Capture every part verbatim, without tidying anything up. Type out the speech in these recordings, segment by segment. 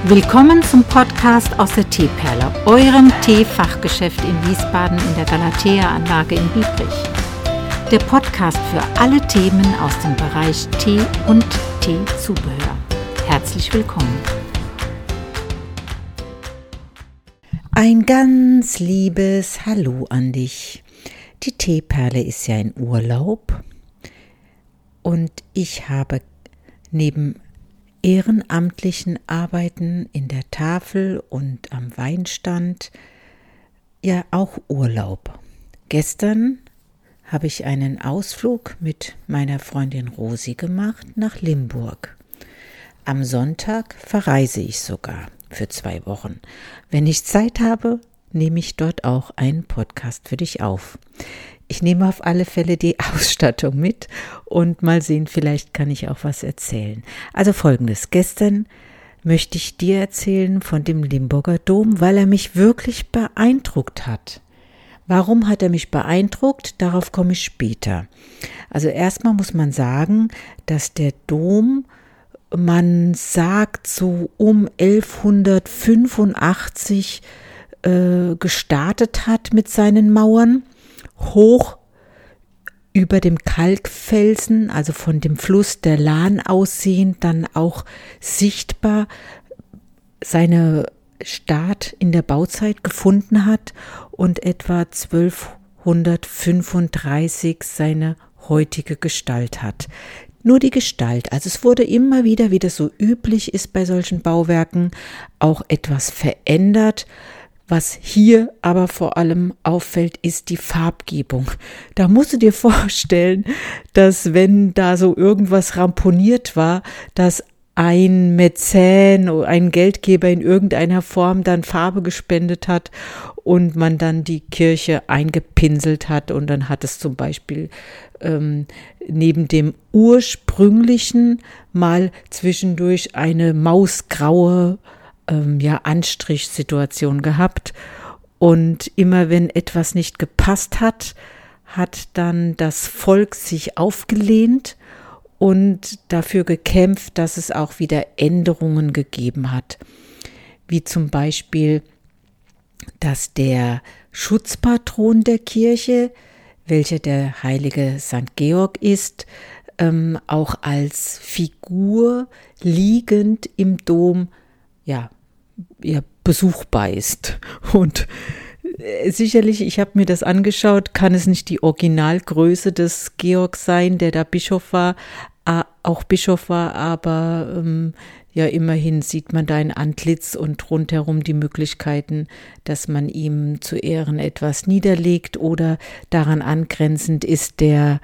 Willkommen zum Podcast aus der Teeperle, eurem Teefachgeschäft in Wiesbaden in der Galatea-Anlage in Biebrich. Der Podcast für alle Themen aus dem Bereich Tee und Teezubehör. Herzlich willkommen. Ein ganz liebes Hallo an dich. Die Teeperle ist ja in Urlaub und ich habe neben ehrenamtlichen Arbeiten in der Tafel und am Weinstand ja auch Urlaub. Gestern habe ich einen Ausflug mit meiner Freundin Rosi gemacht nach Limburg. Am Sonntag verreise ich sogar für zwei Wochen. Wenn ich Zeit habe, nehme ich dort auch einen Podcast für dich auf. Ich nehme auf alle Fälle die Ausstattung mit und mal sehen, vielleicht kann ich auch was erzählen. Also Folgendes: Gestern möchte ich dir erzählen von dem Limburger Dom, weil er mich wirklich beeindruckt hat. Warum hat er mich beeindruckt? Darauf komme ich später. Also erstmal muss man sagen, dass der Dom, man sagt, so um elfhundertfünfundachtzig äh, gestartet hat mit seinen Mauern, hoch über dem Kalkfelsen, also von dem Fluss der Lahn aussehend, dann auch sichtbar seine Start in der Bauzeit gefunden hat und etwa zwölfhundertfünfunddreißig seine heutige Gestalt hat. Nur die Gestalt, also es wurde immer wieder, wie das so üblich ist bei solchen Bauwerken, auch etwas verändert. Was hier aber vor allem auffällt, ist die Farbgebung. Da musst du dir vorstellen, dass wenn da so irgendwas ramponiert war, dass ein Mäzen oder ein Geldgeber in irgendeiner Form dann Farbe gespendet hat und man dann die Kirche eingepinselt hat und dann hat es zum Beispiel ähm, neben dem ursprünglichen mal zwischendurch eine mausgraue ähm, ja, Anstrichsituation gehabt und immer wenn etwas nicht gepasst hat, hat dann das Volk sich aufgelehnt und dafür gekämpft, dass es auch wieder Änderungen gegeben hat. Wie zum Beispiel, dass der Schutzpatron der Kirche, welcher der heilige Sankt Georg ist, ähm, auch als Figur liegend im Dom ja, ja, besuchbar ist. Und sicherlich, ich habe mir das angeschaut, kann es nicht die Originalgröße des Georg sein, der da Bischof war, auch Bischof war, aber ähm, ja, immerhin sieht man da ein Antlitz und rundherum die Möglichkeiten, dass man ihm zu Ehren etwas niederlegt oder daran angrenzend ist der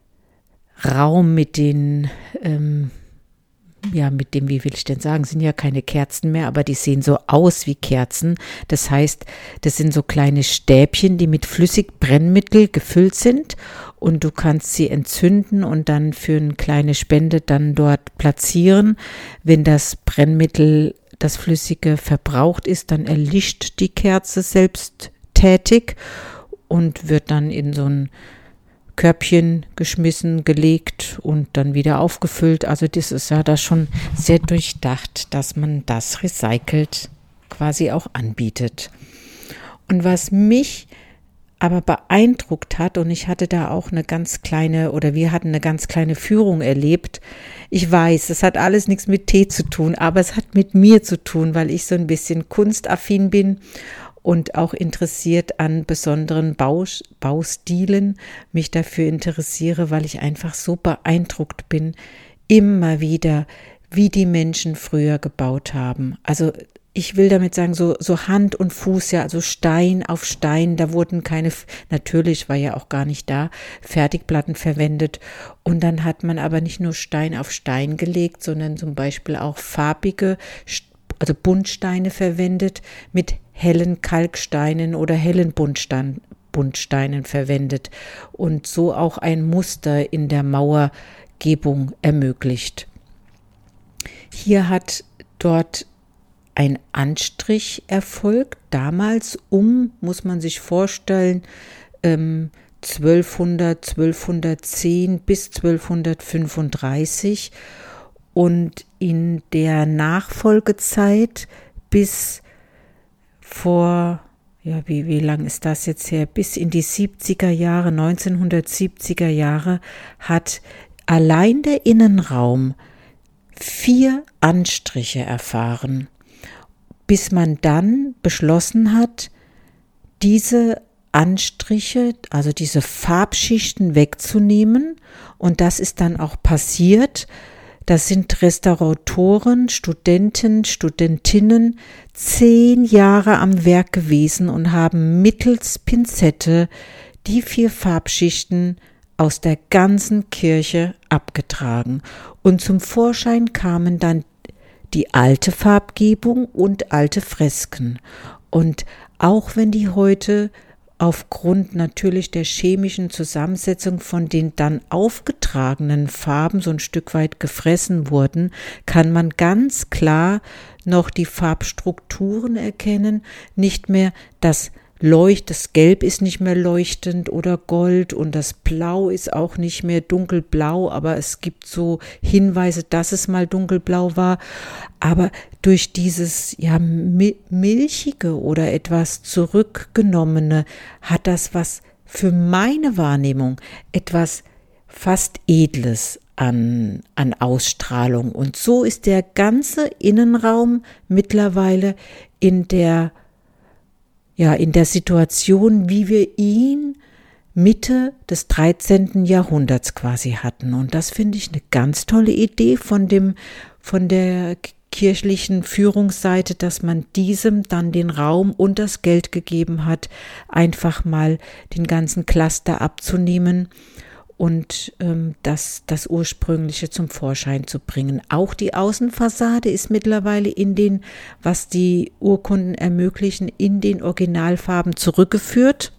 Raum mit den ähm, ja, mit dem, wie will ich denn sagen, sind ja keine Kerzen mehr, aber die sehen so aus wie Kerzen. Das heißt, das sind so kleine Stäbchen, die mit Flüssigbrennmittel gefüllt sind und du kannst sie entzünden und dann für eine kleine Spende dann dort platzieren. Wenn das Brennmittel, das Flüssige, verbraucht ist, dann erlischt die Kerze selbsttätig und wird dann in so ein Körbchen geschmissen, gelegt und dann wieder aufgefüllt. Also das ist ja da schon sehr durchdacht, dass man das recycelt quasi auch anbietet. Und was mich aber beeindruckt hat, und ich hatte da auch eine ganz kleine, oder wir hatten eine ganz kleine Führung erlebt. Ich weiß, es hat alles nichts mit Tee zu tun, aber es hat mit mir zu tun, weil ich so ein bisschen kunstaffin bin und auch interessiert an besonderen Baus- Baustilen, mich dafür interessiere, weil ich einfach so beeindruckt bin, immer wieder, wie die Menschen früher gebaut haben. Also ich will damit sagen, so, so Hand und Fuß, ja, also Stein auf Stein, da wurden keine, natürlich war ja auch gar nicht da, Fertigplatten verwendet. Und dann hat man aber nicht nur Stein auf Stein gelegt, sondern zum Beispiel auch farbige, also Buntsteine verwendet, mit hellen Kalksteinen oder hellen Buntstein, Buntsteinen verwendet und so auch ein Muster in der Mauergebung ermöglicht. Hier hat dort ein Anstrich erfolgt, damals um, muss man sich vorstellen, ähm, zwölfhundert, zwölfhundertzehn bis zwölfhundertfünfunddreißig Und in der Nachfolgezeit bis vor, ja, wie, wie lang ist das jetzt her? Bis in die siebziger Jahre, neunzehnhundertsiebziger Jahre, hat allein der Innenraum vier Anstriche erfahren, bis man dann beschlossen hat, diese Anstriche, also diese Farbschichten wegzunehmen. Und das ist dann auch passiert. Das sind Restauratoren, Studenten, Studentinnen zehn Jahre am Werk gewesen und haben mittels Pinzette die vier Farbschichten aus der ganzen Kirche abgetragen. Und zum Vorschein kamen dann die alte Farbgebung und alte Fresken. Und auch wenn die heute aufgrund natürlich der chemischen Zusammensetzung von den dann aufgetragenen Farben so ein Stück weit gefressen wurden, kann man ganz klar noch die Farbstrukturen erkennen, nicht mehr das Leucht, das Gelb ist nicht mehr leuchtend oder Gold und das Blau ist auch nicht mehr dunkelblau, aber es gibt so Hinweise, dass es mal dunkelblau war. Aber durch dieses ja milchige oder etwas zurückgenommene hat das was für meine Wahrnehmung etwas fast Edles an, an Ausstrahlung. Und so ist der ganze Innenraum mittlerweile in der Ja, in der Situation, wie wir ihn Mitte des dreizehnten Jahrhunderts quasi hatten. Und das finde ich eine ganz tolle Idee von dem, von der kirchlichen Führungsseite, dass man diesem dann den Raum und das Geld gegeben hat, einfach mal den ganzen Cluster abzunehmen und ähm, das, das Ursprüngliche zum Vorschein zu bringen. Auch die Außenfassade ist mittlerweile in den, was die Urkunden ermöglichen, in den Originalfarben zurückgeführt.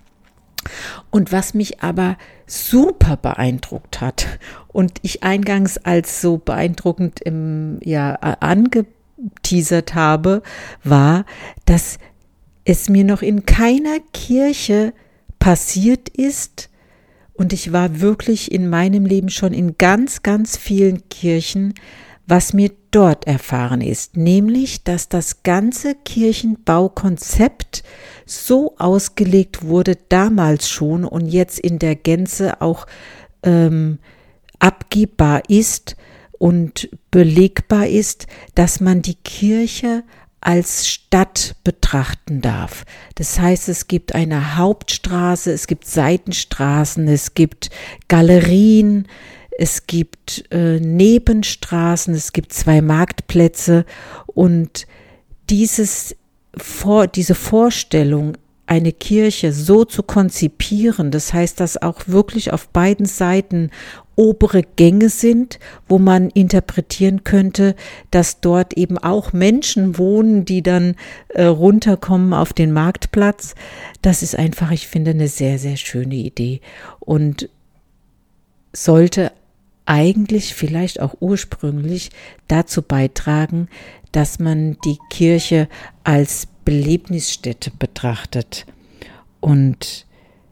Und was mich aber super beeindruckt hat und ich eingangs als so beeindruckend im, ja, angeteasert habe, war, dass es mir noch in keiner Kirche passiert ist, und ich war wirklich in meinem Leben schon in ganz, ganz vielen Kirchen, was mir dort erfahren ist, nämlich, dass das ganze Kirchenbaukonzept so ausgelegt wurde, damals schon und jetzt in der Gänze auch ähm, abgebbar ist und belegbar ist, dass man die Kirche als Stadt betrachten darf. Das heißt, es gibt eine Hauptstraße, es gibt Seitenstraßen, es gibt Galerien, es gibt äh, Nebenstraßen, es gibt zwei Marktplätze und dieses vor, diese Vorstellung, eine Kirche so zu konzipieren, das heißt, dass auch wirklich auf beiden Seiten obere Gänge sind, wo man interpretieren könnte, dass dort eben auch Menschen wohnen, die dann äh, runterkommen auf den Marktplatz. Das ist einfach, ich finde, eine sehr, sehr schöne Idee und sollte eigentlich vielleicht auch ursprünglich dazu beitragen, dass man die Kirche als Belebnisstätte betrachtet. Und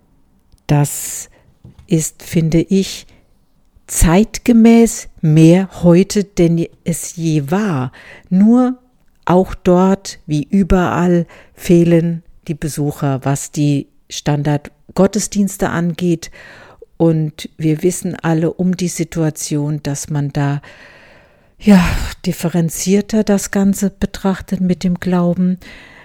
das ist, finde ich, zeitgemäß mehr heute, denn es je war. Nur auch dort, wie überall, fehlen die Besucher, was die Standard-Gottesdienste angeht. Und wir wissen alle um die Situation, dass man da ja differenzierter das Ganze betrachtet mit dem Glauben.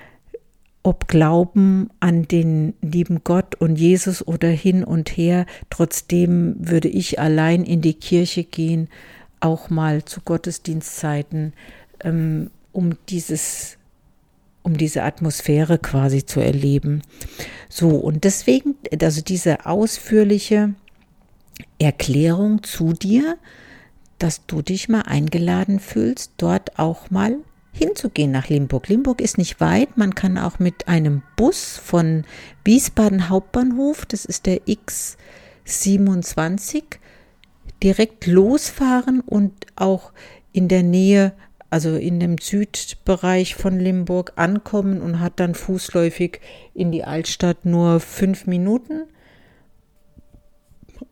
Ob Glauben an den lieben Gott und Jesus oder hin und her, trotzdem würde ich allein in die Kirche gehen, auch mal zu Gottesdienstzeiten, ähm, um dieses, um diese Atmosphäre quasi zu erleben. So, und deswegen, also diese ausführliche Erklärung zu dir, dass du dich mal eingeladen fühlst, dort auch mal hinzugehen nach Limburg. Limburg ist nicht weit, man kann auch mit einem Bus von Wiesbaden Hauptbahnhof, das ist der X siebenundzwanzig, direkt losfahren und auch in der Nähe, also in dem Südbereich von Limburg ankommen und hat dann fußläufig in die Altstadt nur fünf Minuten.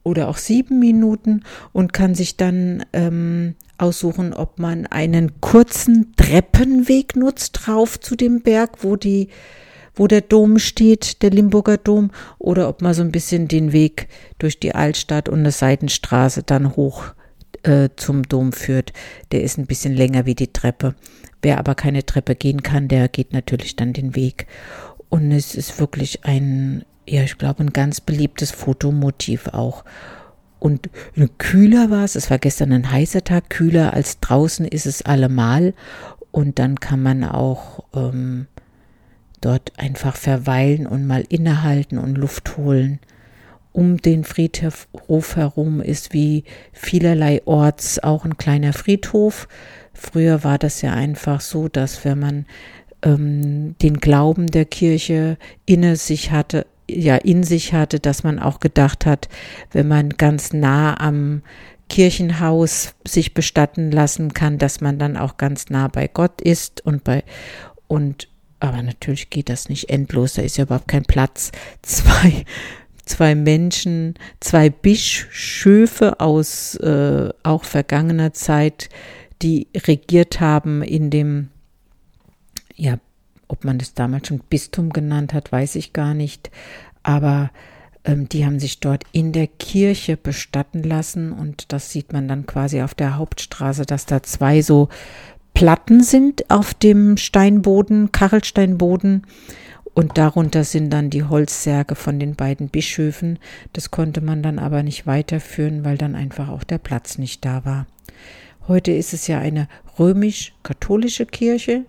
oder auch sieben Minuten und kann sich dann ähm, aussuchen, ob man einen kurzen Treppenweg nutzt rauf zu dem Berg, wo die, wo der Dom steht, der Limburger Dom, oder ob man so ein bisschen den Weg durch die Altstadt und eine Seitenstraße dann hoch äh, zum Dom führt. Der ist ein bisschen länger wie die Treppe. Wer aber keine Treppe gehen kann, der geht natürlich dann den Weg. Und es ist wirklich ein, ja, ich glaube, ein ganz beliebtes Fotomotiv auch. Und kühler war es, es war gestern ein heißer Tag, kühler als draußen ist es allemal. Und dann kann man auch ähm, dort einfach verweilen und mal innehalten und Luft holen. Um den Friedhof herum ist wie vielerlei Orts auch ein kleiner Friedhof. Früher war das ja einfach so, dass wenn man ähm, den Glauben der Kirche inne sich hatte, ja in sich hatte, dass man auch gedacht hat, wenn man ganz nah am Kirchenhaus sich bestatten lassen kann, dass man dann auch ganz nah bei Gott ist und bei und aber natürlich geht das nicht endlos, da ist ja überhaupt kein Platz. Zwei zwei Menschen, zwei Bischöfe aus äh, auch vergangener Zeit, die regiert haben in dem, ja, ob man das damals schon Bistum genannt hat, weiß ich gar nicht, aber ähm, die haben sich dort in der Kirche bestatten lassen und das sieht man dann quasi auf der Hauptstraße, dass da zwei so Platten sind auf dem Steinboden, Kachelsteinboden und darunter sind dann die Holzsärge von den beiden Bischöfen. Das konnte man dann aber nicht weiterführen, weil dann einfach auch der Platz nicht da war. Heute ist es ja eine römisch-katholische Kirche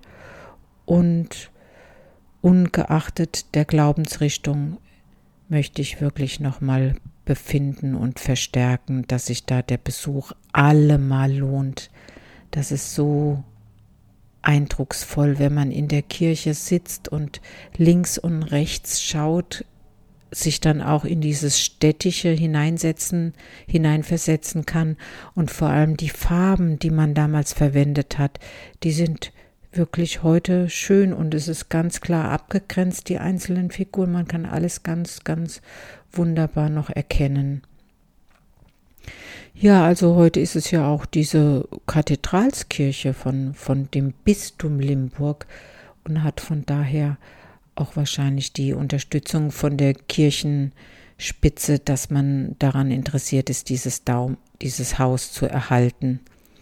und ungeachtet der Glaubensrichtung möchte ich wirklich nochmal befinden und verstärken, dass sich da der Besuch allemal lohnt. Das ist so eindrucksvoll, wenn man in der Kirche sitzt und links und rechts schaut, sich dann auch in dieses Städtische hineinsetzen, hineinversetzen kann und vor allem die Farben, die man damals verwendet hat, die sind wirklich heute schön und es ist ganz klar abgegrenzt, die einzelnen Figuren, man kann alles ganz, ganz wunderbar noch erkennen. Ja, also heute ist es ja auch diese Kathedralskirche von, von dem Bistum Limburg und hat von daher auch wahrscheinlich die Unterstützung von der Kirchenspitze, dass man daran interessiert ist, dieses, Daum, dieses Haus zu erhalten.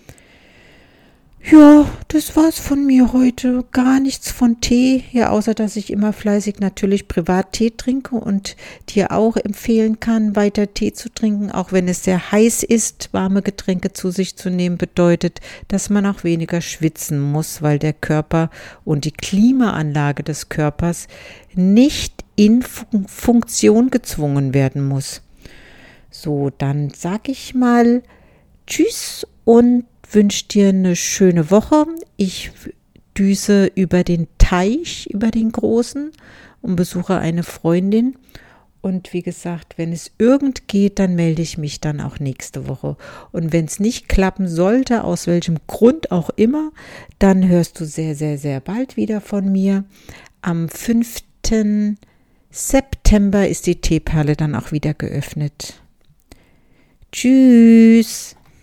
Ja, das war's von mir heute. Gar nichts von Tee, ja, außer dass ich immer fleißig natürlich privat Tee trinke und dir auch empfehlen kann, weiter Tee zu trinken, auch wenn es sehr heiß ist. Warme Getränke zu sich zu nehmen bedeutet, dass man auch weniger schwitzen muss, weil der Körper und die Klimaanlage des Körpers nicht in Fun- Funktion gezwungen werden muss. So, dann sag ich mal Tschüss und wünsche dir eine schöne Woche. Ich düse über den Teich, über den großen und besuche eine Freundin. Und wie gesagt, wenn es irgend geht, dann melde ich mich dann auch nächste Woche. Und wenn es nicht klappen sollte, aus welchem Grund auch immer, dann hörst du sehr, sehr, sehr bald wieder von mir. Am fünften September ist die Teeperle dann auch wieder geöffnet. Tschüss!